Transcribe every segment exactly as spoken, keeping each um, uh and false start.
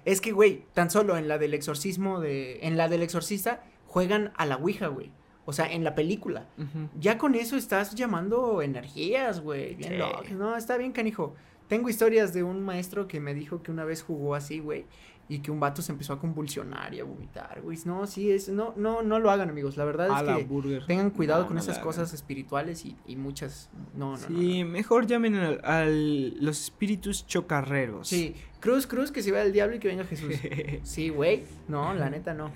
Es que, güey, tan solo en la del exorcismo de... En la del exorcista juegan a la ouija, güey. O sea, en la película. Uh-huh. Ya con eso estás llamando energías, güey. Bien Sí. loco. No, está bien, canijo. Tengo historias de un maestro que me dijo que una vez jugó así, güey. Y que un vato se empezó a convulsionar y a vomitar, güey. No, sí, es... No, no, no lo hagan, amigos. La verdad A es la que burger. tengan cuidado No, con no esas la cosas hagan. espirituales y, y muchas... No, no, Sí, no, no. mejor llamen al, al- los espíritus chocarreros. Sí, cruz, cruz, que se vea el diablo y que venga Jesús. Sí, güey. No, la neta no.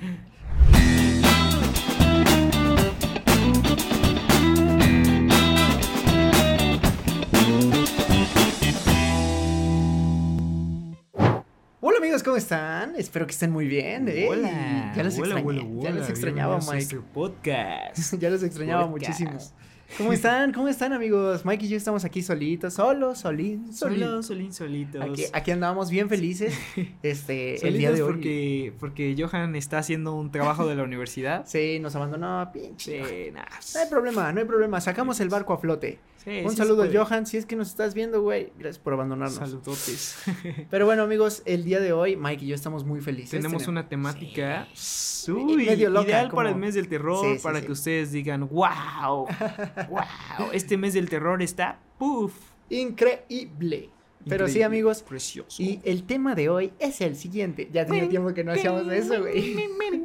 Hola amigos, ¿cómo están? Espero que estén muy bien. ¿eh? Hola. Ya los hola, extrañé. hola, Ya los hola, extrañaba, bienvenidos a Mike. este podcast. Ya los extrañaba Podcast. muchísimo. ¿Cómo están? ¿Cómo están, amigos? Mike y yo estamos aquí solitos, solos, solín, Solo, solitos. solín, solitos. Aquí, aquí andábamos bien felices. Este, el Solitos día de hoy. porque, porque Johan está haciendo un trabajo de la universidad. Sí, nos abandonó, pinche. Sí, nah, No hay problema, no hay problema. Sacamos el barco a flote. sí, Un sí saludo, se puede. Johan, si es que nos estás viendo, güey. Gracias por abandonarnos. Saludotes. Pero bueno, amigos, el día de hoy, Mike y yo estamos muy felices. Tenemos una temática uy, medio loca, ideal como- para el mes del terror, Sí, sí, para sí. que ustedes digan, wow, wow, este mes del terror está, puff. Increíble. Pero sí, Increíble, amigos, Precioso. y el tema de hoy es el siguiente. Ya tenía tiempo que no hacíamos eso, güey.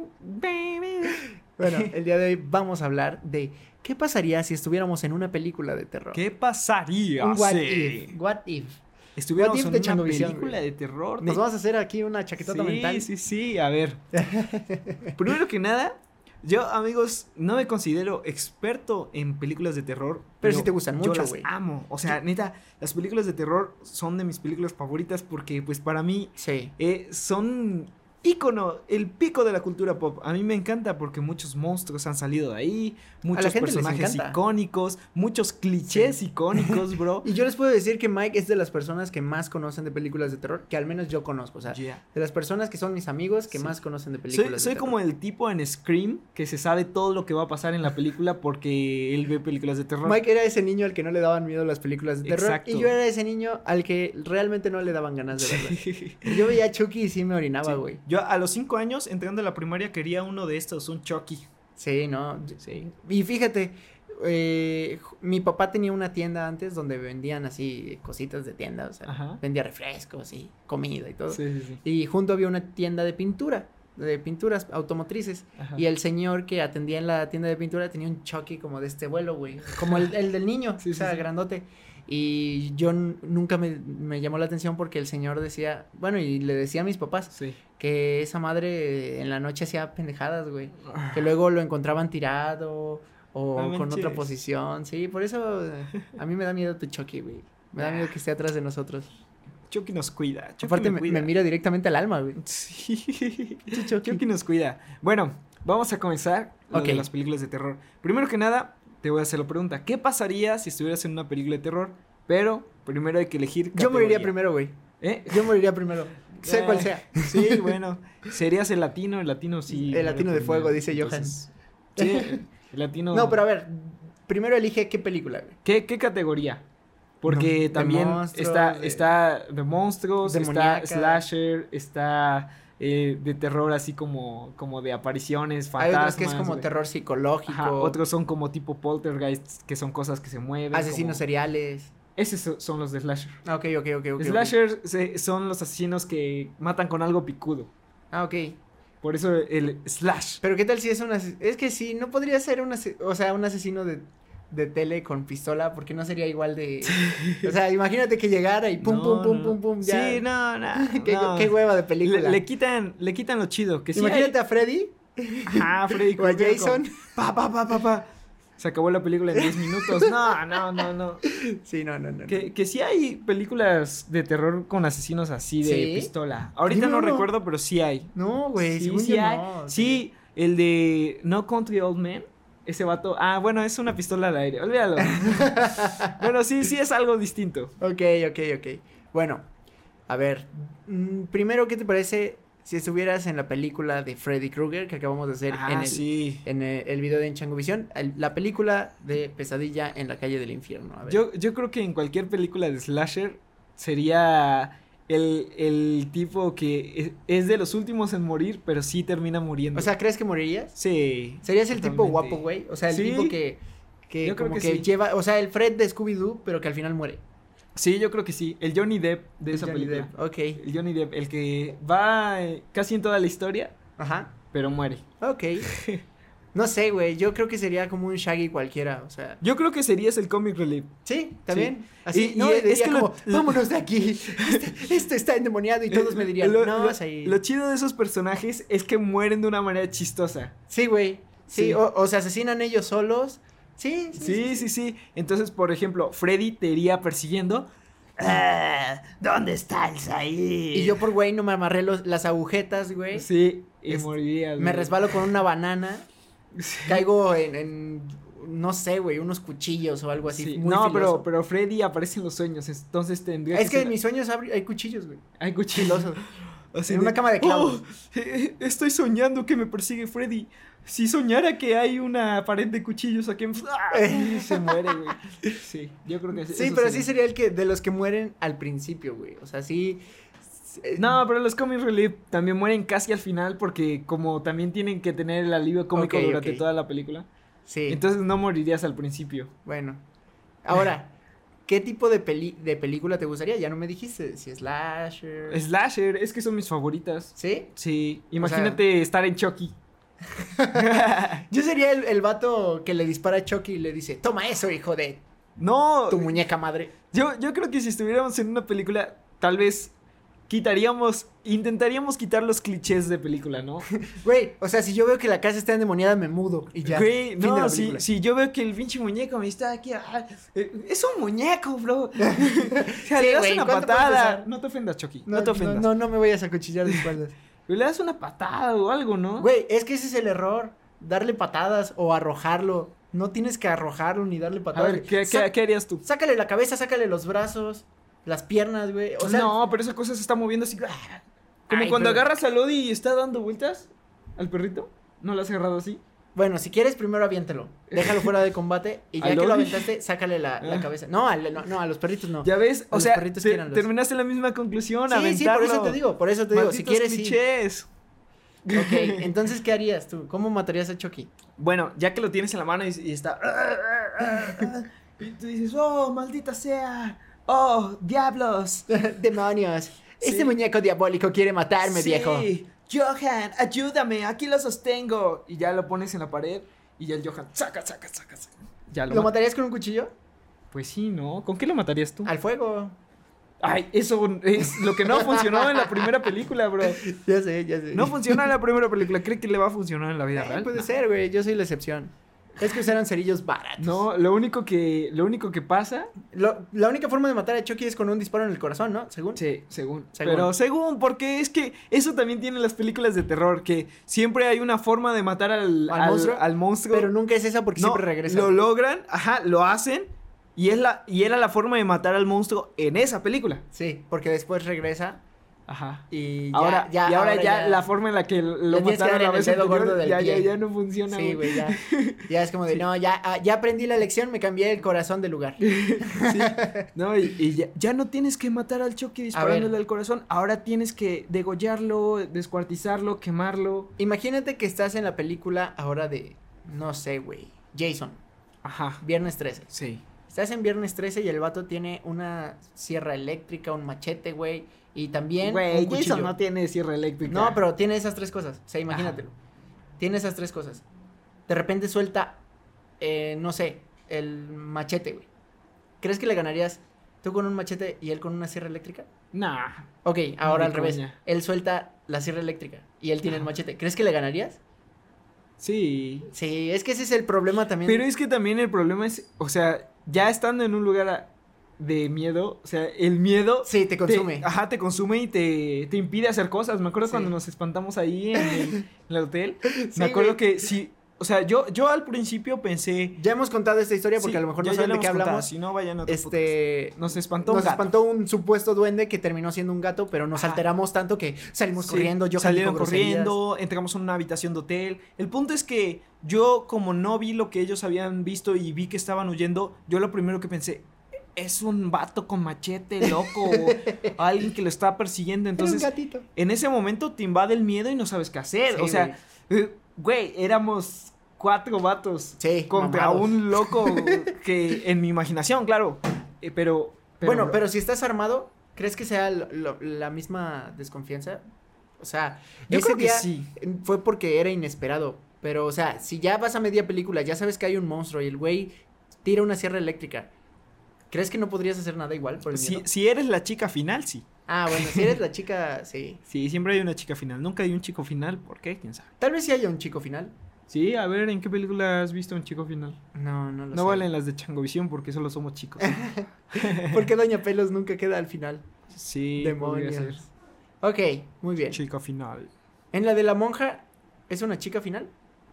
Bueno, el día de hoy vamos a hablar de qué pasaría si estuviéramos en una película de terror. ¿Qué pasaría Un what si if, what if. estuviéramos what if en de una Changovisión, película güey? de terror? Nos de- vamos a hacer aquí una chaquetota sí, mental. sí, sí, a ver. Primero que nada, yo, amigos, no me considero experto en películas de terror. Pero sí te gustan yo mucho, las güey. amo. O sea, neta, las películas de terror son de mis películas favoritas porque, pues, para mí Sí. eh, son ícono, el pico de la cultura pop. A mí me encanta porque muchos monstruos han salido de ahí, muchos gente les personajes encanta. icónicos, muchos clichés Sí. icónicos, bro. Y yo les puedo decir que Mike es de las personas que más conocen de películas de terror, que al menos yo conozco, o sea, Yeah. de las personas que son mis amigos que Sí. más conocen de películas Soy, de soy terror. como el tipo en Scream que se sabe todo lo que va a pasar en la película porque él ve películas de terror. Mike era ese niño al que no le daban miedo las películas de terror. Exacto. Y yo era ese niño al que realmente no le daban ganas de verlas. Yo veía a Chucky y sí me orinaba, Sí. güey. Yo a los cinco años, entrando a la primaria, quería uno de estos, un Chucky. Sí, no. Sí. Y fíjate, eh, ju- mi papá tenía una tienda antes donde vendían así cositas de tienda, o sea, Ajá. vendía refrescos y comida y todo. Sí, sí, sí. Y junto había una tienda de pintura, de pinturas automotrices. Ajá. Y el señor que atendía en la tienda de pintura tenía un Chucky como de este vuelo, güey. Como el, el del niño, Sí, o sí, sea, sí. grandote. Y yo n- nunca me, me llamó la atención porque el señor decía, bueno, y le decía a mis papás Sí. que esa madre en la noche hacía pendejadas, güey. Que luego lo encontraban tirado o No con otra manches. posición. Sí, por eso eh, a mí me da miedo tu Chucky, güey. Me da miedo que esté atrás de nosotros. Chucky nos cuida. Chucky Aparte me, me, cuida. me mira directamente al alma, güey. Sí. Pinche Chucky. Chucky nos cuida. Bueno, vamos a comenzar lo Ok. de las películas de terror. Primero que nada, te voy a hacer la pregunta. ¿Qué pasaría si estuvieras en una película de terror? Pero primero hay que elegir Yo moriría categoría. primero, güey. ¿Eh? Yo moriría primero. Sea Eh, cual sea. Sí, bueno. Serías el latino, el latino sí. El latino de primero. fuego, dice Entonces, Sí, el latino. No, pero a ver, primero elige qué película, güey. ¿Qué, qué categoría? Porque No, de también monstruos, está, de- está de monstruos, Demoníaca. está slasher, está eh, de terror así como, como de apariciones, Hay fantasmas. otros que es como güey. terror psicológico, Ajá, otros son como tipo poltergeist, que son cosas que se mueven. asesinos como- seriales. Esos so- son los de slasher. Ah, ok, ok, ok, ok. Slasher se- son los asesinos que matan con algo picudo. Ah, ok. Por eso el slash. Pero qué tal si es un ase- es que sí, no podría ser un ase- o sea, un asesino de, de tele con pistola, porque no sería igual de, o sea, imagínate que llegara y pum, No, pum, pum, no. pum, pum, ya. Sí, no, no. qué, no. qué hueva de película. Le, le quitan, le quitan lo chido. Que sí Imagínate hay- a Freddy Ajá, Freddy o a Krueger Jason. con- Pa, pa, pa, pa, pa. Se acabó la película en diez minutos. No, no, no, no. Sí, no, no, no. no. Que, que sí hay películas de terror con asesinos así de ¿Sí? pistola. Ahorita Dime no uno. recuerdo, pero sí hay. No, güey, Sí, según sí yo hay. no. Sí, el de No Country Old Men. Ese vato. Ah, bueno, es una pistola al aire. Olvídalo. Bueno, sí, sí es algo distinto. Ok, ok, ok. Bueno, a ver, mm, primero, ¿qué te parece si estuvieras en la película de Freddy Krueger que acabamos de hacer Ah, en el, sí. en el, el video de Enchangovisión? El- La película de Pesadilla en la calle del infierno. A ver. Yo, yo creo que en cualquier película de slasher sería el, el tipo que es, es de los últimos en morir, pero sí termina muriendo. O sea, ¿crees que morirías? Sí. ¿Serías el tipo totalmente. guapo, güey? O sea, el Sí. tipo que, que Yo creo como que que, sí. lleva, o sea, el Fred de Scooby-Doo, pero que al final muere. Sí, yo creo que sí. El Johnny Depp de El esa Johnny película. Depp, ok. El Johnny Depp, el que va eh, casi en toda la historia, Ajá, pero muere. ok. No sé, güey, yo creo que sería como un Shaggy cualquiera, o sea. Yo creo que serías el comic relief. Sí, también. Sí. Así, Y- no, y y es diría que lo- como, vámonos de aquí, este, este está endemoniado y todos me dirían, Lo, no, lo- vas a ir. lo chido de esos personajes es que mueren de una manera chistosa. Sí, güey, sí, Sí. O, o se asesinan ellos solos, sí, sí, Sí, sí, sí. Entonces, por ejemplo, Freddy te iría persiguiendo. Ah, ¿dónde está el Said? Y yo por güey no me amarré los, las agujetas, güey, Sí, y Es- morirías. me güey. resbalo con una banana, Sí. caigo en, en no sé, güey, unos cuchillos o algo así, Sí. muy No, filoso. pero, pero Freddy aparece en los sueños, entonces tendría Es que ser- en mis sueños abri- hay cuchillos, güey, hay cuchillos. filosos. Así En de, una cama de clavos. "Oh, eh, estoy soñando que me persigue Freddy. Si soñara que hay una pared de cuchillos aquí en... ¡Ah! Y se muere, güey. Sí, yo creo que Sí, eso pero sí sería el que, de los que mueren al principio, güey, o sea, sí. eh, No, pero los comic relief también mueren casi al final porque como también tienen que tener el alivio cómico Ok, durante ok. toda la película. Sí, Entonces no morirías al principio. bueno. Ahora, ¿qué tipo de, peli de película te gustaría? Ya no me dijiste, si slasher. Slasher, es que son mis favoritas. ¿Sí? Sí, imagínate estar en Chucky. Yo sería el, el vato que le dispara a Chucky y le dice, toma eso, hijo de No, tu muñeca madre. yo, yo creo que si estuviéramos en una película, tal vez quitaríamos, intentaríamos quitar los clichés de película, ¿no? Güey, o sea, si yo veo que la casa está endemoniada, me mudo y ya. Güey, fin de no, la si, película. si yo veo que el pinche muñeco me está aquí, ah, eh, es un muñeco, bro. O sea, Sí, le das güey, una ¿cuánto puede patada. pesar? No te ofendas, Chucky, No, no, te ofendas. No, no, no me vayas a cuchillar de espaldas. Le das una patada o algo, ¿no? Güey, es que ese es el error. Darle patadas o arrojarlo. No tienes que arrojarlo ni darle A patadas. ver, ¿qué, Sa- qué, qué harías tú? Sácale la cabeza, sácale los brazos, las piernas, güey. O sea, no, pero esa cosa se está moviendo así. ah, Como Ay, cuando pero- agarras a Lodi y está dando vueltas al perrito. ¿No lo has agarrado así? bueno, si quieres, primero aviéntalo. Déjalo fuera de combate y ya ¿Al que lo Lodi? aventaste, sácale la, la Ah. cabeza. No, al- no, no, a los perritos no. Ya ves, A o los sea, perritos te- quiéranlos. terminaste la misma conclusión. Sí, sí, por eso aventarlo. te digo, por eso te digo. Si Malditos quieres, sí. clichés. Ok, entonces, ¿qué harías tú? ¿Cómo matarías a Chucky? Bueno, ya que lo tienes en la mano y, y está. Y tú dices, oh, maldita sea. Oh, diablos. Demonios. Este Sí. muñeco diabólico quiere matarme, Sí, viejo. Johan, ayúdame, aquí lo sostengo. Y ya lo pones en la pared y ya el Johan, saca, saca, saca, saca. Ya lo, ¿Lo mata. matarías con un cuchillo? Pues sí, ¿no? ¿Con qué lo matarías tú? Al fuego. Ay, eso es lo que no funcionó en la primera película, bro. Ya sé, ya sé. No funcionó en la primera película. ¿Cree que le va a funcionar en la vida Eh, real? puede No. ser, güey. Yo soy la excepción. Es que usaron cerillos baratos. No, lo único que, lo único que pasa. Lo- la única forma de matar a Chucky es con un disparo en el corazón, ¿no? Según. Sí, según. Según. Pero según, porque es que eso también tiene las películas de terror, que siempre hay una forma de matar al, ¿Al al, monstruo? al monstruo. Pero nunca es esa porque No, siempre regresa. lo logran, ajá, lo hacen. Y, es la, y era la forma de matar al monstruo en esa película. Sí, porque después regresa Ajá. y ya, Ahora, ya, y ahora, ya, la forma en la que lo Le tienes que mataron dar la en el vez dedo anterior, gordo del ya, ya, pie. ya no funciona. Sí, güey, ya. Ya es como de, Sí. no, ya, ah, ya aprendí la lección, me cambié el corazón de lugar. Sí. No, y, y ya, ya no tienes que matar al Chucky disparándole al corazón. Ahora tienes que degollarlo, descuartizarlo, quemarlo. Imagínate que estás en la película ahora de, no sé, güey, Jason, Ajá. Viernes trece. Sí. Estás en Viernes trece y el vato tiene una sierra eléctrica, un machete, güey, y también Güey, un cuchillo. Jason no tiene sierra eléctrica. No, pero tiene esas tres cosas, o sea, imagínatelo. Ajá. Tiene esas tres cosas. De repente suelta, eh, no sé, el machete, güey. ¿Crees que le ganarías tú con un machete y él con una sierra eléctrica? Nah. Ok, ahora Ni al revés. coña. Él suelta la sierra eléctrica y él tiene el machete. ¿Crees que le ganarías? Sí. Sí, es que ese es el problema también. Pero es que también el problema es, o sea, ya estando en un lugar a- de miedo, o sea, el miedo... Sí, te consume. ajá, te consume y te, te impide hacer cosas. Me acuerdo Sí. cuando nos espantamos ahí en el, en el hotel. Sí, Me acuerdo güey. que sí, o sea, yo, yo al principio pensé... Ya hemos contado esta historia porque sí, a lo mejor ya- no ya saben la de qué hemos contado, hablamos. Si no, vayan a otro podcast. Este... Nos espantó un Nos gato. espantó un supuesto duende que terminó siendo un gato, pero nos Ajá. alteramos tanto que salimos Sí, corriendo. Yo salieron corriendo, entramos a una habitación de hotel. El punto es que yo, como no vi lo que ellos habían visto y vi que estaban huyendo, yo lo primero que pensé, es un vato con machete, loco, o alguien que lo está persiguiendo. Entonces, Era un gatito. en ese momento te invade el miedo y no sabes qué hacer. Sí, o sea, eh, güey, éramos cuatro vatos sí, contra mamados. un loco que en mi imaginación, claro. Eh, pero, pero, Bueno, pero si estás armado, ¿crees que sea lo- lo- la misma desconfianza? O sea, yo ese creo que día sí. fue porque era inesperado. Pero, o sea, si ya vas a media película, ya sabes que hay un monstruo y el güey tira una sierra eléctrica, ¿crees que no podrías hacer nada igual por el Si, miedo? si eres la chica final, sí. Ah, bueno, si eres la chica, sí. Sí, siempre hay una chica final. Nunca hay un chico final. ¿Por qué? ¿Quién sabe? Tal vez sí haya un chico final. Sí, a ver, ¿en qué película has visto un chico final? No, no lo No sé. valen las de Changovisión porque solo somos chicos. Porque Doña Pelos nunca queda al final. Sí, podría ser. Demonios. Ok, muy bien. Chica final. En la de la monja, ¿es una chica final?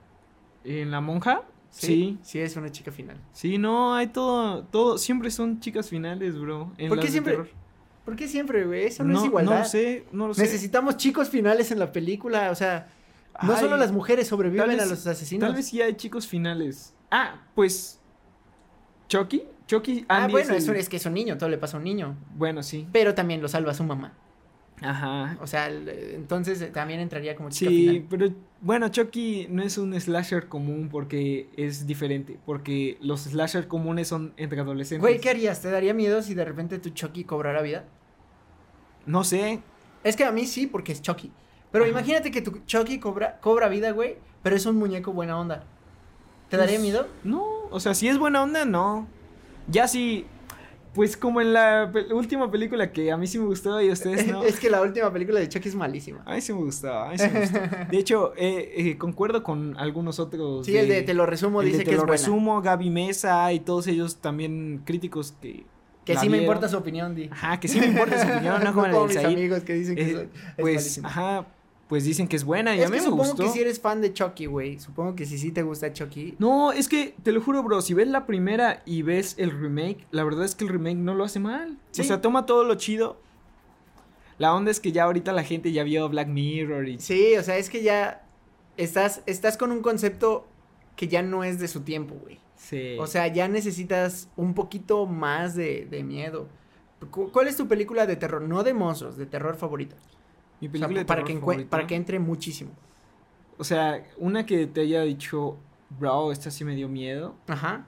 ¿En La Monja? Sí. Sí, es una chica final. Sí, no, hay todo, todo, siempre son chicas finales, bro. En ¿Por qué las de siempre? terror. ¿Por qué siempre, güey? Eso no, No, es igualdad. no lo sé, no lo sé. Necesitamos chicos finales en la película, o sea, no Ay, solo las mujeres sobreviven tal vez- a los asesinos. Tal vez sí hay chicos finales. Ah, pues. Chucky. Chucky Ah, Andy bueno, es, eso el- es que es un niño, todo le pasa a un niño. Bueno, sí. Pero también lo salva su mamá. Ajá. O sea, el- entonces eh, también entraría como chica Sí, final. pero bueno, Chucky no es un slasher común porque es diferente. Porque los slasher comunes son entre adolescentes. Güey, ¿qué harías? ¿Te daría miedo si de repente tu Chucky cobrara vida? No sé. Es que a mí sí, porque es Chucky. Pero Ajá. imagínate que tu Chucky cobra, cobra vida, güey, pero es un muñeco buena onda. ¿Te daría Pues, miedo? No, o sea, si es buena onda, no. Ya si. Pues como en la pe- última película que a mí sí me gustó y a ustedes no. Es que la última película de Chucky es malísima. A mí sí me gustó, a mí sí me gustó. De hecho, eh, eh, concuerdo con algunos otros. Sí, el de Te lo resumo el de dice Te que lo es buena. resumo, Gaby Mesa y todos ellos también críticos que. Que la sí me vieron. importa su opinión, di. Ajá, que sí me importa su opinión, no como la como del mis Said. amigos que dicen que Eh, es, es Pues, malísima. ajá, pues dicen que es buena y Es a mí que me supongo gustó. que si eres fan de Chucky, güey. Supongo que si sí te gusta Chucky. No, es que te lo juro, bro, si ves la primera y ves el remake, la verdad es que el remake no lo hace mal. Sí. O sea, toma todo lo chido. La onda es que ya ahorita la gente ya vio Black Mirror y... Sí, o sea, es que ya estás, estás con un concepto que ya no es de su tiempo, güey. Sí. O sea, ya necesitas un poquito más de, de miedo. Cu- ¿Cuál es tu película de terror? No de monstruos, de terror favorita. mi O sea, película de para, terror que encue- favorita. para que entre muchísimo. O sea, una que te haya dicho, bro, esta sí me dio miedo. Ajá.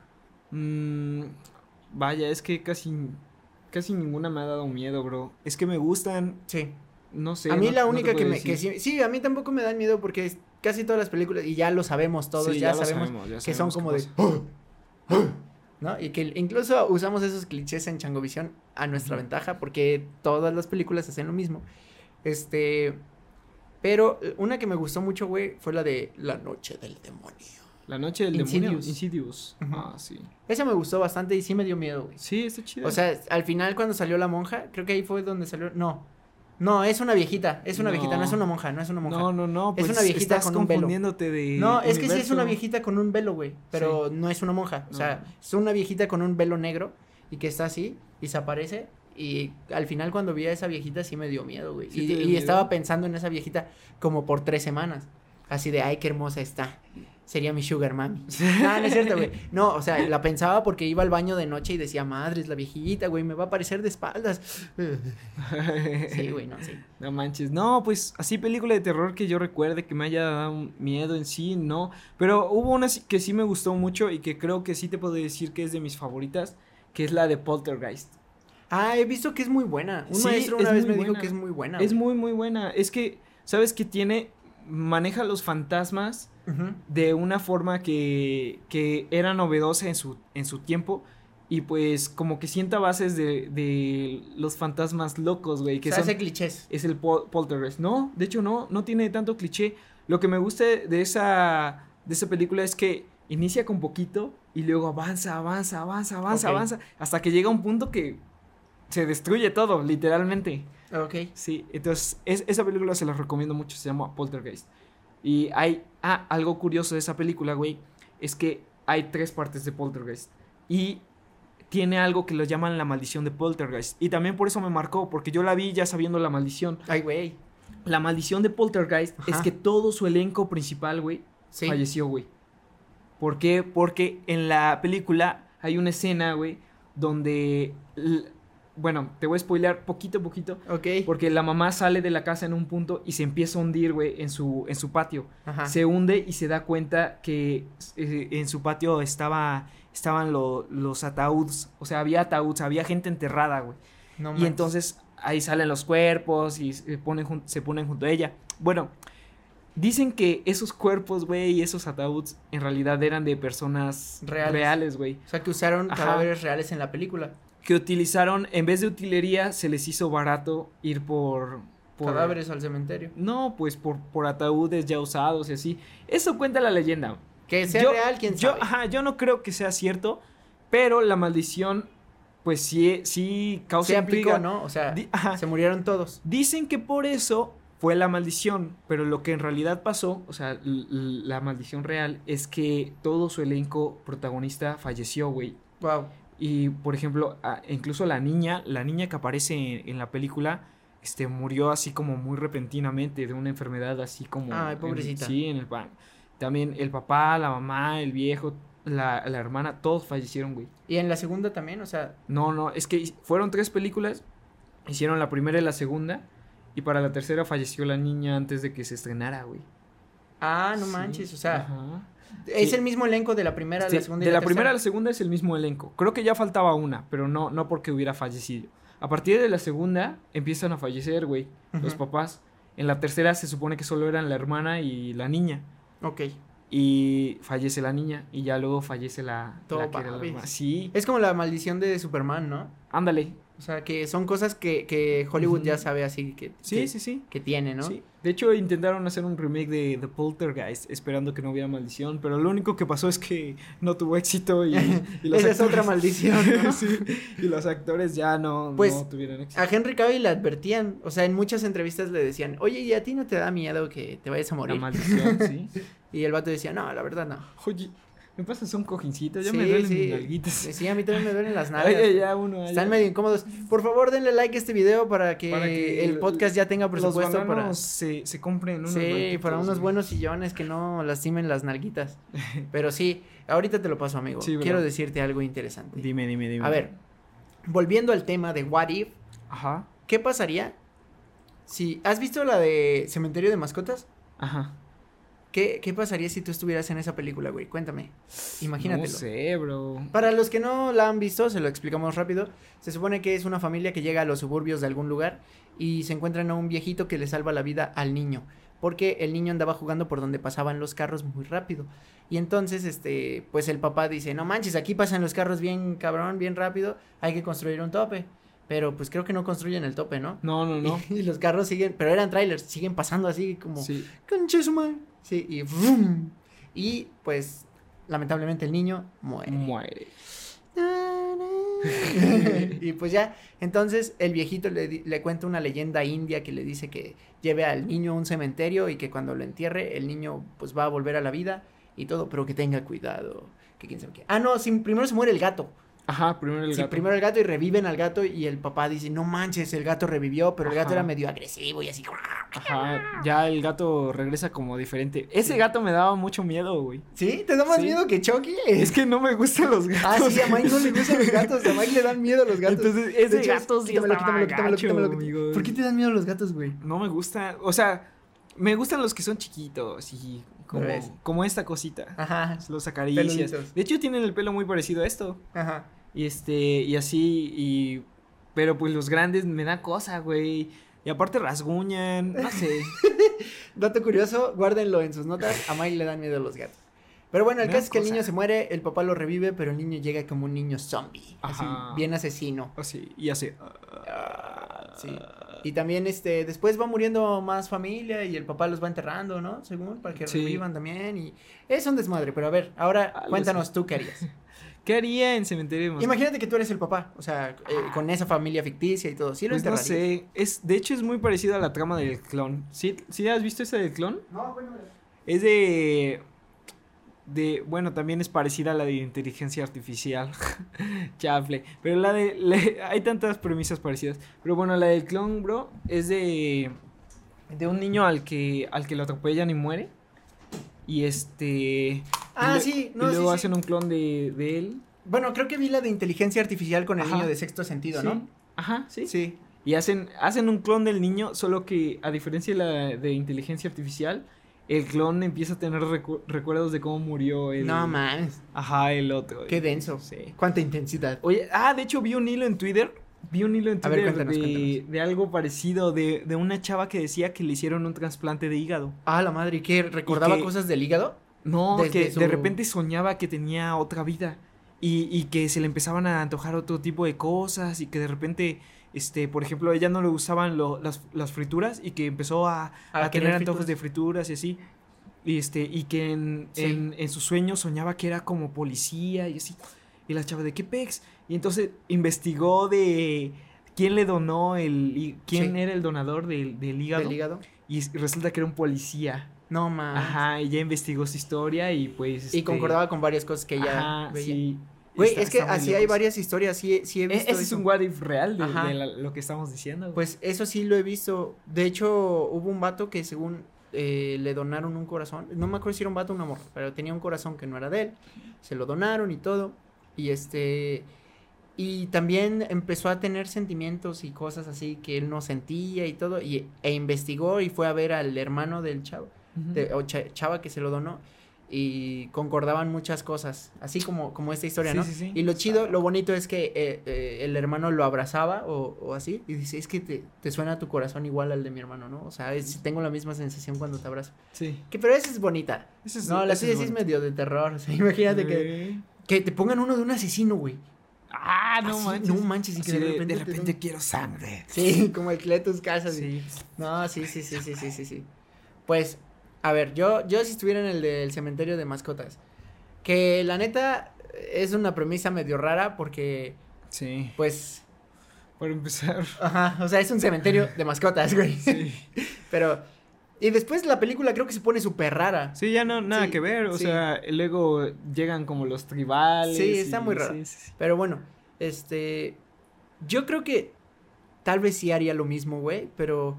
Mm, vaya, es que casi, casi ninguna me ha dado miedo, bro. Es que me gustan, Sí. no sé. a mí no- la no te única que puedo me... Que decir. sí, sí, a mí tampoco me dan miedo porque es casi todas las películas, y ya lo sabemos todos, Sí, ya, lo sabemos, ya que son sabemos como qué de... pasa. ¿No? Y que incluso usamos esos clichés en Changovisión a nuestra Ujú. ventaja porque todas las películas hacen lo mismo. Este... Pero eh, una que me gustó mucho, güey, fue la de La Noche del Demonio. La noche del Insidious. demonio. Insidious. Ujú. Ah, sí. Esa me gustó bastante y sí me dio miedo, güey. Sí, está chido. O sea, al final cuando salió la monja, creo que ahí fue donde salió... No, no, es una viejita, es una viejita, no es No. una monja, no es una monja. no, no, no. Es Pues una viejita estás con un velo. confundiéndote de. No, es que sí es una universo. viejita con un velo, güey, pero no es una monja. O sea, No. es una viejita con un velo negro y que está así y se aparece. Y al final cuando vi a esa viejita sí me dio miedo, güey. ¿Sí y te dio y miedo? estaba pensando en esa viejita como por tres semanas. Así de, ay, qué hermosa está. Sería mi sugar mami. No, no es cierto, güey. No, o sea, la pensaba porque iba al baño de noche y decía, madre, es la viejita, güey, me va a aparecer de espaldas. Sí, güey, no, sí. No manches. No, pues así película de terror que yo recuerde que me haya dado miedo en sí, no. Pero hubo una sí- que sí me gustó mucho y que creo que sí te puedo decir que es de mis favoritas, que es la de Poltergeist. Ah, he visto que es muy buena. Un Sí, maestro es una vez muy me dijo buena. que es muy buena. Es güey. muy, muy buena. Es que, ¿sabes qué tiene? Maneja los fantasmas Ujú. de una forma que, que era novedosa en su, en su tiempo. Y pues como que sienta bases de, de los fantasmas locos, güey. Que O sea, son, hace clichés. es el pol- poltergeist. No, de hecho no, no tiene tanto cliché. Lo que me gusta de esa, de esa película es que inicia con poquito y luego avanza, avanza, avanza, avanza, Ok. avanza. Hasta que llega un punto que se destruye todo, literalmente. Ok. Sí, entonces es- esa película se la recomiendo mucho, se llama Poltergeist. Y hay, ah, algo curioso de esa película, güey, es que hay tres partes de Poltergeist. Y tiene algo que lo llaman la maldición de Poltergeist. Y también por eso me marcó, porque yo la vi ya sabiendo la maldición. Ay, güey. La maldición de Poltergeist Ajá. es que todo su elenco principal, güey, Sí. falleció, güey. ¿Por qué? Porque en la película hay una escena, güey, donde, l- bueno, te voy a spoilear poquito a poquito, Ok. porque la mamá sale de la casa en un punto y se empieza a hundir, güey, en su, en su patio. Ajá. Se hunde y se da cuenta que eh, en su patio estaba, estaban lo- los ataúdes, o sea, había ataúdes, había gente enterrada, güey. No Y manches. entonces ahí salen los cuerpos y se ponen, jun- se ponen junto a ella. Bueno, dicen que esos cuerpos, güey, y esos ataúdes en realidad eran de personas Reales. reales, güey. O sea, que usaron Ajá. cadáveres reales en la película. Que utilizaron, en vez de utilería, se les hizo barato ir por... por Cadáveres al cementerio. No, pues por, por ataúdes ya usados y así. Eso cuenta la leyenda. Que sea Yo- real, quién yo, sabe. Ajá, yo no creo que sea cierto, pero la maldición, pues sí, sí causa Se aplicó, intriga. ¿no? O sea, Di- ajá. se murieron todos. Dicen que por eso fue la maldición, pero lo que en realidad pasó, o sea, l- l- la maldición real es que todo su elenco protagonista falleció, güey. Wow. Y, por ejemplo, a- incluso la niña, la niña que aparece en, en la película, este, murió así como muy repentinamente de una enfermedad así como... Ay, en- pobrecita. sí, en el pan. También el papá, la mamá, el viejo, la, la hermana, todos fallecieron, güey. Y en la segunda también, o sea, No, no, es que fueron tres películas, hicieron la primera y la segunda, y para la tercera falleció la niña antes de que se estrenara, güey. ah, no Sí, manches, o sea, ajá. es sí. el mismo elenco de la primera, Sí, la segunda y de la, la primera a tercera. la segunda es el mismo elenco. Creo que ya faltaba una, pero no, no porque hubiera fallecido. A partir de la segunda empiezan a fallecer, güey, los Ujú. papás. En la tercera se supone que solo eran la hermana y la niña. Ok. Y fallece la niña y ya luego fallece la, Todo la que era la babes. hermana. Sí, Es como la maldición de Superman, ¿no? ándale. O sea, que son cosas que, que Hollywood Ujú. ya sabe así que, Sí, que, sí, sí. que tiene, ¿no? Sí. De hecho, intentaron hacer un remake de The Poltergeist esperando que no hubiera maldición, pero lo único que pasó es que no tuvo éxito y, y los Esa es otra actores- maldición, ¿no? Sí, y los actores ya no, Pues, no tuvieron éxito. A Henry Cavill le advertían, o sea, en muchas entrevistas le decían, oye, ¿y a ti no te da miedo que te vayas a La morir? maldición, sí. Y el vato decía, no, la verdad no. Oye, ¿me pasas un cojincito? Ya Sí, me duelen sí. mis nalguitas. Sí, a mí también me duelen las nalgas. Oye, ya uno. Están ya. medio incómodos. Por favor, denle like a este video para que, Para que el podcast ya tenga Los presupuesto para... bananos se, se compren unos Sí, banquitos, para unos güey. buenos sillones que no lastimen las nalguitas. Pero sí, ahorita te lo paso, amigo. Sí, ¿verdad? Quiero decirte algo interesante. Dime, dime, dime. A ver, volviendo al tema de What If, Ajá, ¿qué pasaría si... ¿Has visto la de Cementerio de Mascotas? ajá. ¿Qué, qué pasaría si tú estuvieras en esa película, güey? Cuéntame. Imagínatelo. No sé, bro. Para los que no la han visto, se lo explicamos rápido. Se supone que es una familia que llega a los suburbios de algún lugar y se encuentran a un viejito que le salva la vida al niño. Porque el niño andaba jugando por donde pasaban los carros muy rápido. Y entonces, este, pues el papá dice, no manches, aquí pasan los carros bien cabrón, bien rápido, hay que construir un tope. Pero pues creo que no construyen el tope, ¿no? No, no, no. Y, y los carros siguen, pero eran trailers, siguen pasando así como... Sí. Conche su madre. Sí, y ¡vrum! Y pues, lamentablemente el niño muere. Muere. Y pues ya, entonces el viejito le, di- le cuenta una leyenda india que le dice que lleve al niño a un cementerio y que cuando lo entierre el niño pues va a volver a la vida y todo, pero que tenga cuidado, que quién sabe qué. Ah, no, sí, primero se muere el gato. Ajá, primero el Sí, gato. primero el gato y reviven al gato y el papá dice, no manches, el gato revivió, pero el gato Ajá. era medio agresivo y así. Ajá, ya el gato regresa como diferente. Ese Sí. gato me daba mucho miedo, güey. ¿Sí? ¿Te da más Sí. miedo que Chucky? Es que no me gustan los gatos. Ah, sí, a Mike no le gustan los gatos, a Mike le dan miedo los gatos. Entonces, ese De hecho, gato sí quítamelo, estaba quítamelo, quítamelo, gacho, quítamelo, amigo. ¿Por qué te dan miedo los gatos, güey? No me gusta, o sea, me gustan los que son chiquitos y como, ¿Ves? como esta cosita. Ajá, Los acaricias. Peluditos. De hecho, tienen el pelo muy parecido a esto. ajá. Y este, y así, y. Pero pues los grandes me da cosa, güey. Y aparte rasguñan, no sé. Dato curioso, guárdenlo en sus notas, a Mike le dan miedo los gatos. Pero bueno, el Me caso da es que el cosa. niño se muere, el papá lo revive, pero el niño llega como un niño zombie, Ajá. así, bien asesino. Así, y así. Ah, sí. Y también, este, después va muriendo más familia y el papá los va enterrando, ¿no? Según, para que Sí. revivan también y... Es un desmadre, pero a ver, ahora Algo cuéntanos así. tú qué harías. ¿Qué haría en cementerio de Mascotas? Imagínate que tú eres el papá, o sea, eh, con esa familia ficticia y todo, ¿sí lo Pues no enterrarías? sé, es, de hecho es muy parecido a la trama del clon. ¿Sí, ¿sí has visto esa del clon? No, bueno, Es de... De, bueno, también es parecida a la de inteligencia artificial. Chafle. Pero la de... le- hay tantas premisas parecidas. Pero bueno, la del clon, bro, es de... De un niño al que, al que lo atropellan y muere. Y este... Ah, y le- sí, no, y sí, luego sí. hacen un clon de, de él. Bueno, creo que vi la de inteligencia artificial con el Ajá. niño de sexto sentido, Sí. ¿no? Ajá, sí. Sí. Y hacen, hacen un clon del niño, solo que a diferencia de la de inteligencia artificial, el clon empieza a tener recu- recuerdos de cómo murió el... No mames. Ajá, el otro. Qué denso. Sí. Cuánta intensidad. Oye, ah, de hecho vi un hilo en Twitter. Vi un hilo en A ver, Twitter cuéntanos, de, cuéntanos. de algo parecido, de, de una chava que decía que le hicieron un trasplante de hígado. Ah, la madre, ¿y qué? ¿Recordaba que- cosas del hígado? No, Desde que su- de repente soñaba que tenía otra vida y, y que se le empezaban a antojar otro tipo de cosas y que de repente, este, por ejemplo, a ella no le gustaban lo- las, las frituras y que empezó a, A a querer tener antojos frituras. de frituras y así. Y este, y que en, Sí. en, en sus sueños soñaba que era como policía y así. Y la chava, ¿de qué pex? Y entonces investigó de quién le donó el, hí- quién Sí. era el donador del, del hígado. ¿Del hígado? Y s- resulta que era un policía. No mames. Ajá, y ya investigó su historia y pues. Y este, concordaba con varias cosas que ella Ajá, veía. sí. Güey, Está- es que está muy así hay locos. varias historias, sí, sí he E- visto Ese es eso. un what if real de, Ajá. de la- lo que estamos diciendo. güey. Pues eso sí lo he visto. De hecho, hubo un vato que según eh, le donaron un corazón. No me acuerdo si era un vato o una morra, pero tenía un corazón que no era de él. Se lo donaron y todo. Y este... Y también empezó a tener sentimientos y cosas así que él no sentía y todo. Y, e investigó y fue a ver al hermano del chavo. Ujú. de- o cha- chava que se lo donó. Y concordaban muchas cosas. Así como, como esta historia, Sí, ¿no? sí, sí. Y lo chido, lo bonito es que eh, eh, el hermano lo abrazaba o, o así. Y dice, es que te, te suena tu corazón igual al de mi hermano, ¿no? O sea, es- tengo la misma sensación cuando te abrazo. Sí. Que, pero esa es bonita. Ese es- No, la ese tuya sí es bonito. medio de terror. O sea, imagínate que, Güey. que te pongan uno de un asesino, güey. Ah, no Así, manches. no manches, y que Así de de, repente de te repente den- quiero sangre. Sí, como el Cletus Casas. Sí. No, sí, sí, sí, sí, sí, sí, sí. Pues, a ver, yo, yo si estuviera en el del cementerio de mascotas, que la neta es una premisa medio rara porque, Sí. pues, Para empezar. ajá, o sea, es un cementerio de mascotas, güey. Sí. Pero, y después la película creo que se pone súper rara. Sí, ya no, nada Sí, que ver. O sí. sea, luego llegan como los tribales. Sí, está y- muy raro. sí, sí, sí. Pero bueno, este, yo creo que tal vez sí haría lo mismo, güey, pero,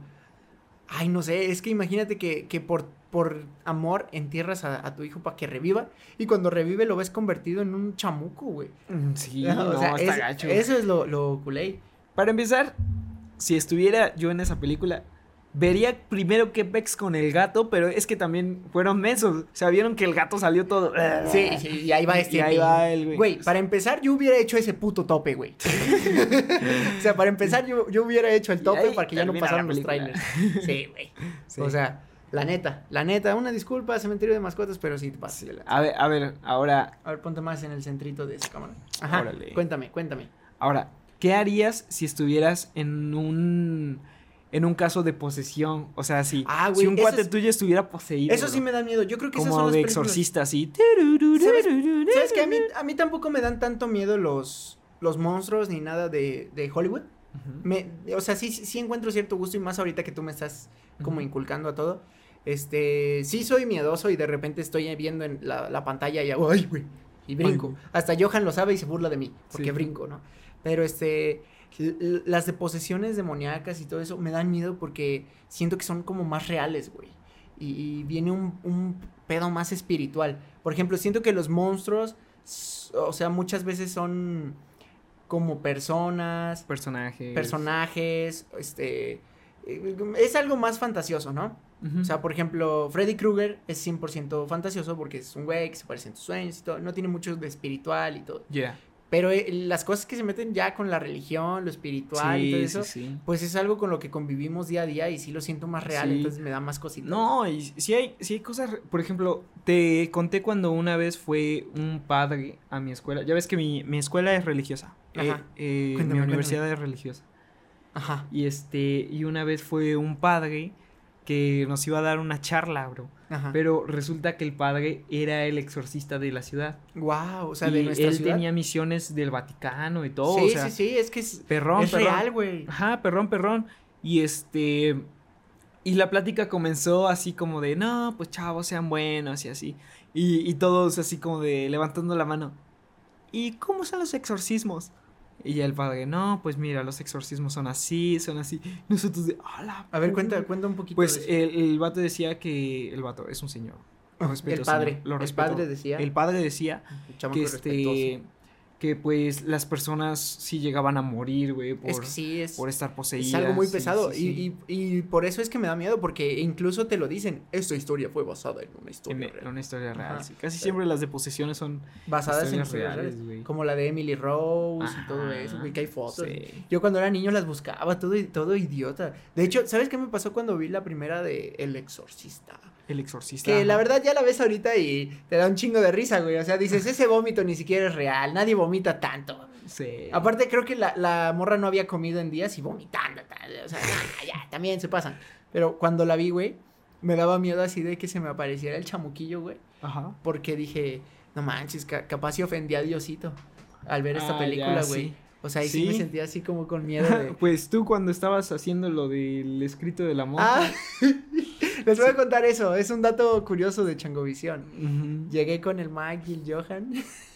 ay, no sé, es que imagínate que, que por, por amor entierras a, a tu hijo para que reviva y cuando revive lo ves convertido en un chamuco, güey. Mm, Sí, O no, sea, está es- gacho. eso es lo, lo culé. Para empezar, si estuviera yo en esa película, vería primero qué pex con el gato, pero es que también fueron mensos. O sea, vieron que el gato salió todo. Sí, sí, y ahí va este. Y ahí va el güey. Güey, para empezar, yo hubiera hecho ese puto tope, güey. O sea, para empezar, yo, yo hubiera hecho el Y tope ahí para que ya no termina pasaran la los película. trailers. Sí, güey. Sí. O sea, la neta, la neta, una disculpa, cementerio de mascotas, pero sí te pasas Sí. de la- A ver, a ver, ahora, A ver, ponte más en el centrito de esa cámara. Ajá, Órale. cuéntame, cuéntame. ahora, ¿qué harías si estuvieras en un en un caso de posesión? O sea, si, Ah, güey, si un eso cuate es- tuyo estuviera poseído. Eso sí bro, me da miedo, yo creo que esas son como las de películas. exorcista, así. ¿Sabes, ¿sabes que a mí, a mí tampoco me dan tanto miedo los, los monstruos ni nada de, de Hollywood? Ujú. Me, o sea, sí, sí sí encuentro cierto gusto y más ahorita que tú me estás como Ujú. inculcando a todo. Este, sí soy miedoso y de repente estoy viendo en la, la pantalla y hago, ay, güey, y brinco. Ay, güey. Hasta Johan lo sabe y se burla de mí, porque Sí. brinco, ¿no? Pero este, l- l- las de posesiones demoníacas y todo eso me dan miedo porque siento que son como más reales, güey. Y, y viene un, un pedo más espiritual. Por ejemplo, siento que los monstruos, s- o sea, muchas veces son como personas, Personajes. personajes, este, eh, es algo más fantasioso, ¿no? Ujú. O sea, por ejemplo, Freddy Krueger es cien por ciento fantasioso porque es un güey que se parece en tus sueños y todo, no tiene mucho de espiritual y todo. Ya. Pero eh, las cosas que se meten ya con la religión, lo espiritual y todo Sí, eso, sí, sí. pues es algo con lo que convivimos día a día y sí lo siento más real, Sí. entonces me da más cositas. No, y si hay, sí hay cosas, re- por ejemplo, te conté cuando una vez fue un padre a mi escuela, ya ves que mi, mi escuela es religiosa, eh, Ajá. eh, Cuéntame, mi universidad es religiosa, Ajá. y este, y una vez fue un padre que nos iba a dar una charla, bro, Ajá. pero resulta que el padre era el exorcista de la ciudad, Wow, o sea, y de nuestra él ciudad. tenía misiones del Vaticano y todo, sí, o sea, sí, sí, es que es, perrón, es perrón. real, güey. Ajá, perrón, perrón. Y este. Y la plática comenzó así como de, no, pues chavos, sean buenos y así. Y, y todos así como de levantando la mano. ¿Y cómo son los exorcismos? Y ya el padre, no, pues mira, los exorcismos son así, son así. Nosotros de, hola. A ver, cuenta, cuenta un poquito Pues de eso. el, el vato decía que. El vato es un señor. Lo respeto, El padre, señor, lo el respeto. padre decía. El padre decía El chamaco que respetuoso. este que pues las personas sí llegaban a morir, güey, por, Es que sí, es, por estar poseídas. es algo muy sí, pesado. sí, sí. Y, y, y por eso es que me da miedo, porque incluso te lo dicen, esta historia fue basada en una En, historia en real. una historia real, Ajá. sí. Casi siempre las de posesiones son Basadas en historias historias reales, reales, güey. como la de Emily Rose y todo Ajá, eso, güey, que hay fotos. sí. Yo cuando era niño las buscaba, todo, todo idiota. De hecho, ¿sabes qué me pasó cuando vi la primera de El Exorcista? El exorcista. Que ajá. la verdad ya la ves ahorita y te da un chingo de risa, güey. O sea, dices, ese vómito ni siquiera es real, nadie vomita tanto. Sí. Aparte, creo que la, la morra no había comido en días y vomitando, tal, o sea, ya, ya, también se pasan. Pero cuando la vi, güey, me daba miedo así de que se me apareciera el chamuquillo, güey. Ajá. Porque dije, no manches, ca- capaz si ofendía a Diosito al ver esta Ah, película, ya, güey. sí. O sea, ahí sí. Sí. me sentía así como con miedo de... Pues tú cuando estabas haciendo lo del escrito de la monja. Ah, les voy a contar eso, es un dato curioso de Changovisión. Ujú. Llegué con el Mike y el Johan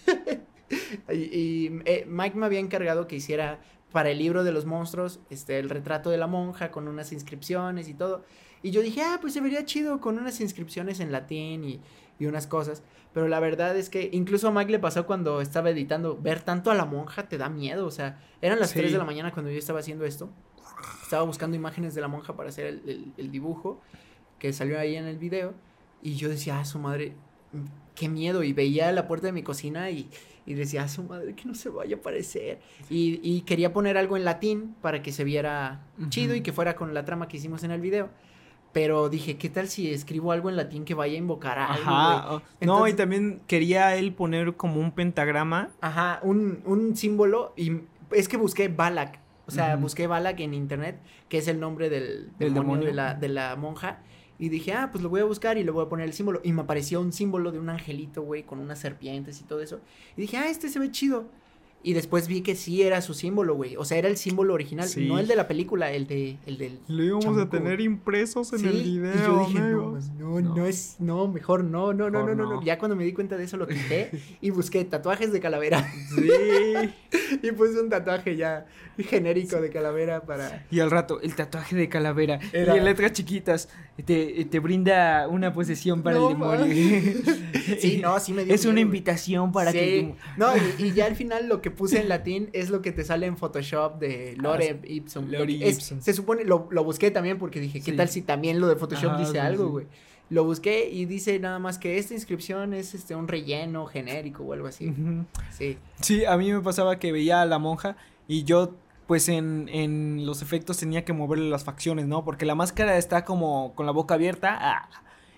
y, y, eh, Mike me había encargado que hiciera para el libro de los monstruos este, el retrato de la monja con unas inscripciones y todo. Y yo dije, ah, pues se vería chido con unas inscripciones en latín y, y unas cosas. Pero la verdad es que incluso a Mike le pasó cuando estaba editando, ver tanto a la monja te da miedo. O sea, eran las Sí. tres de la mañana cuando yo estaba haciendo esto. Estaba buscando imágenes de la monja para hacer el, el, el dibujo que salió ahí en el video. Y yo decía, ah, su madre, qué miedo. Y veía la puerta de mi cocina y, y decía, ah, su madre, que no se vaya a aparecer. Y, y quería poner algo en latín para que se viera Ujú. chido y que fuera con la trama que hicimos en el video. Pero dije, ¿qué tal si escribo algo en latín que vaya a invocar a algo, Ajá. güey? oh, No, y Entonces- también quería él poner como un pentagrama. Ajá, un, un símbolo. Y es que busqué Balak. O sea, Ujú. busqué Balak en internet, que es el nombre del, Del demonio, demonio. De, la, de la monja. Y dije, ah, pues lo voy a buscar y le voy a poner el símbolo. Y me apareció un símbolo de un angelito, güey, con unas serpientes y todo eso. Y dije, ah, este se ve chido. Y después vi que sí era su símbolo, güey. O sea, era el símbolo original, Sí. no el de la película, el de el del Lo íbamos chamuco, a tener güey. impresos en Sí, el video. y yo dije, no, amigos. no, no, No. es, no, mejor no, no, no, Mejor no, no, no. no. Ya cuando me di cuenta de eso lo quité y busqué tatuajes de calavera. Sí. Y puse un tatuaje ya genérico de calavera para... Y al rato, el tatuaje de calavera. Era- Y en letras chiquitas. Te, te brinda una posesión para No, el demonio. Sí, no, sí me dio Es una miedo, güey. invitación para Sí, que. no, y, y ya al final lo que puse en latín es lo que te sale en Photoshop de Lore Ah, Ipsum. Lore Lo que es- Ipsum. Se supone, lo, lo busqué también porque dije, ¿qué Sí. tal si también lo de Photoshop Ajá, dice sí, algo, sí. güey? Lo busqué y dice nada más que esta inscripción es este un relleno genérico o algo así. Ujú. Sí. Sí, a mí me pasaba que veía a la monja y yo, pues en, en los efectos tenía que moverle las facciones, ¿no? Porque la máscara está como con la boca abierta. ah,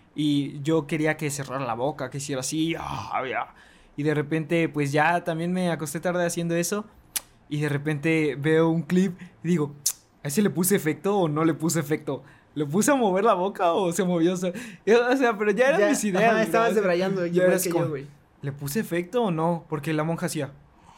y yo quería que cerrara la boca, que hiciera así. ah, ya. Y de repente, pues ya también me acosté tarde haciendo eso. Y de repente veo un clip y digo, ¿a ese le puse efecto o no le puse efecto? ¿Le puse a mover la boca o se movió? O sea, yo- o sea, pero ya eran Ya, mis ideas. ajá, bro, estabas o sea, debrayando ya igual eras que como, yo, güey. ¿le puse efecto o no? Porque la monja hacía.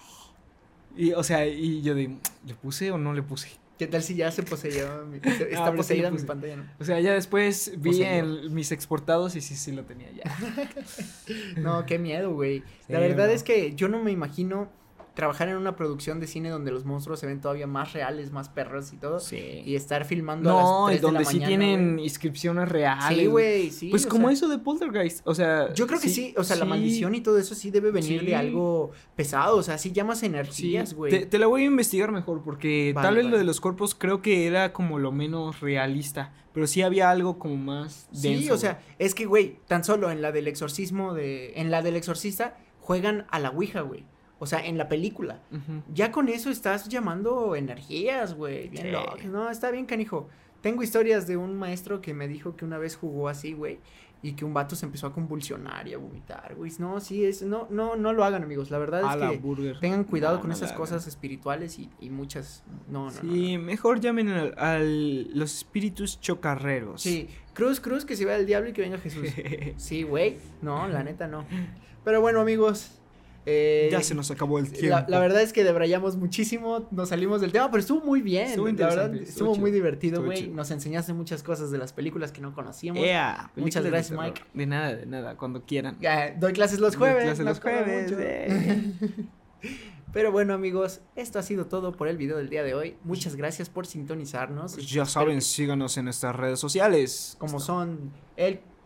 Y, o sea, y yo de, ¿le puse o no le puse? ¿Qué tal si ya se poseyó? mi- Está pero sí le poseída mi puse. pantalla, ¿no? O sea, ya después vi Poseído. en mis exportados y sí, sí lo tenía ya. No, qué miedo, güey. La Sí, verdad bro. es que yo no me imagino trabajar en una producción de cine donde los monstruos se ven todavía más reales, más perros y todo. Sí. Y estar filmando a No, las y tres de la donde sí mañana, tienen güey. inscripciones reales. Sí, güey, sí. Pues o como sea, eso de Poltergeist, o sea. Yo creo que sí, o sea, la sí, maldición y todo eso sí debe venir Sí. de algo pesado, o sea, sí llamas Sí, energías, güey. te, te la voy a investigar mejor porque Vale, tal vez vale. lo de los cuerpos creo que era como lo menos realista, pero sí había algo como más denso. Sí, o sea, es que, güey, tan solo en la del exorcismo de... En la del exorcista juegan a la ouija, güey. O sea, en la película. güey. Ujú. Ya con eso estás llamando energías, güey. Bien Sí. loco. No, está bien, canijo. Tengo historias de un maestro que me dijo que una vez jugó así, güey. Y que un vato se empezó a convulsionar y a vomitar, güey. No, sí, es... No, no, no lo hagan, amigos. La verdad A es la que burger. tengan cuidado No, con no esas la cosas espirituales y, y muchas... No, no, no, Sí, no. mejor llamen al, al- los espíritus chocarreros. Sí, cruz, cruz, que se vaya el diablo y que venga Jesús. Sí, güey. No, la neta no. Pero bueno, amigos. Eh, Ya se nos acabó el tiempo. La, la verdad es que debrayamos muchísimo, nos salimos del tema, pero estuvo muy bien. Estuvo la interesante, verdad, estuvo estuvo muy chido, divertido, estuvo güey. chido. Nos enseñaste muchas cosas de las películas que no conocíamos. Ea, Muchas películas de gracias, terror. Mike. De nada, de nada, cuando quieran. Ya, doy clases los Doy jueves. clases no los jodan jueves, mucho. eh. Pero bueno, amigos, esto ha sido todo por el video del día de hoy. Muchas gracias por sintonizarnos. Pues ya Espero saben, que- síganos en nuestras redes sociales. como son el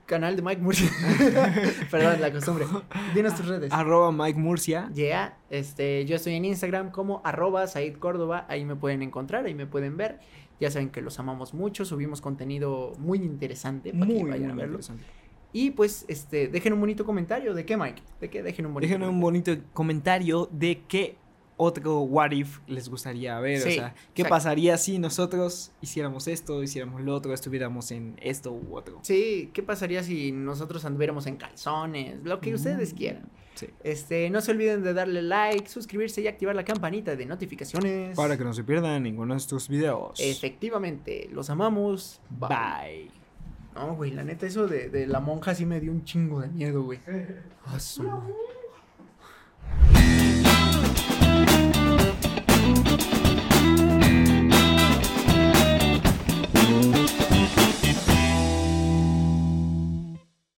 canal de Mike Murcia. Perdón, la costumbre. Dinos tus redes. Arroba Mike Murcia. Yeah, este, yo estoy en Instagram como arroba Said Córdoba, ahí me pueden encontrar, ahí me pueden ver. Ya saben que los amamos mucho, subimos contenido muy interesante para Muy, que vayan muy a verlo. interesante. Y pues, este, dejen un bonito comentario. ¿De qué, Mike? ¿De qué? Dejen un bonito Dejen un bonito comentario de qué otro what if les gustaría ver. Sí, o sea, ¿qué exacto. pasaría si nosotros hiciéramos esto, hiciéramos lo otro, estuviéramos en esto u otro? Sí, ¿qué pasaría si nosotros anduviéramos en calzones? Lo que ustedes Mm, quieran. Sí. Este, no se olviden de darle like, suscribirse y activar la campanita de notificaciones. Para que no se pierdan ninguno de nuestros videos. Efectivamente, los amamos. Bye. Bye. No, güey, la neta, eso de, de la monja sí me dio un chingo de miedo, güey. Ah, su madre.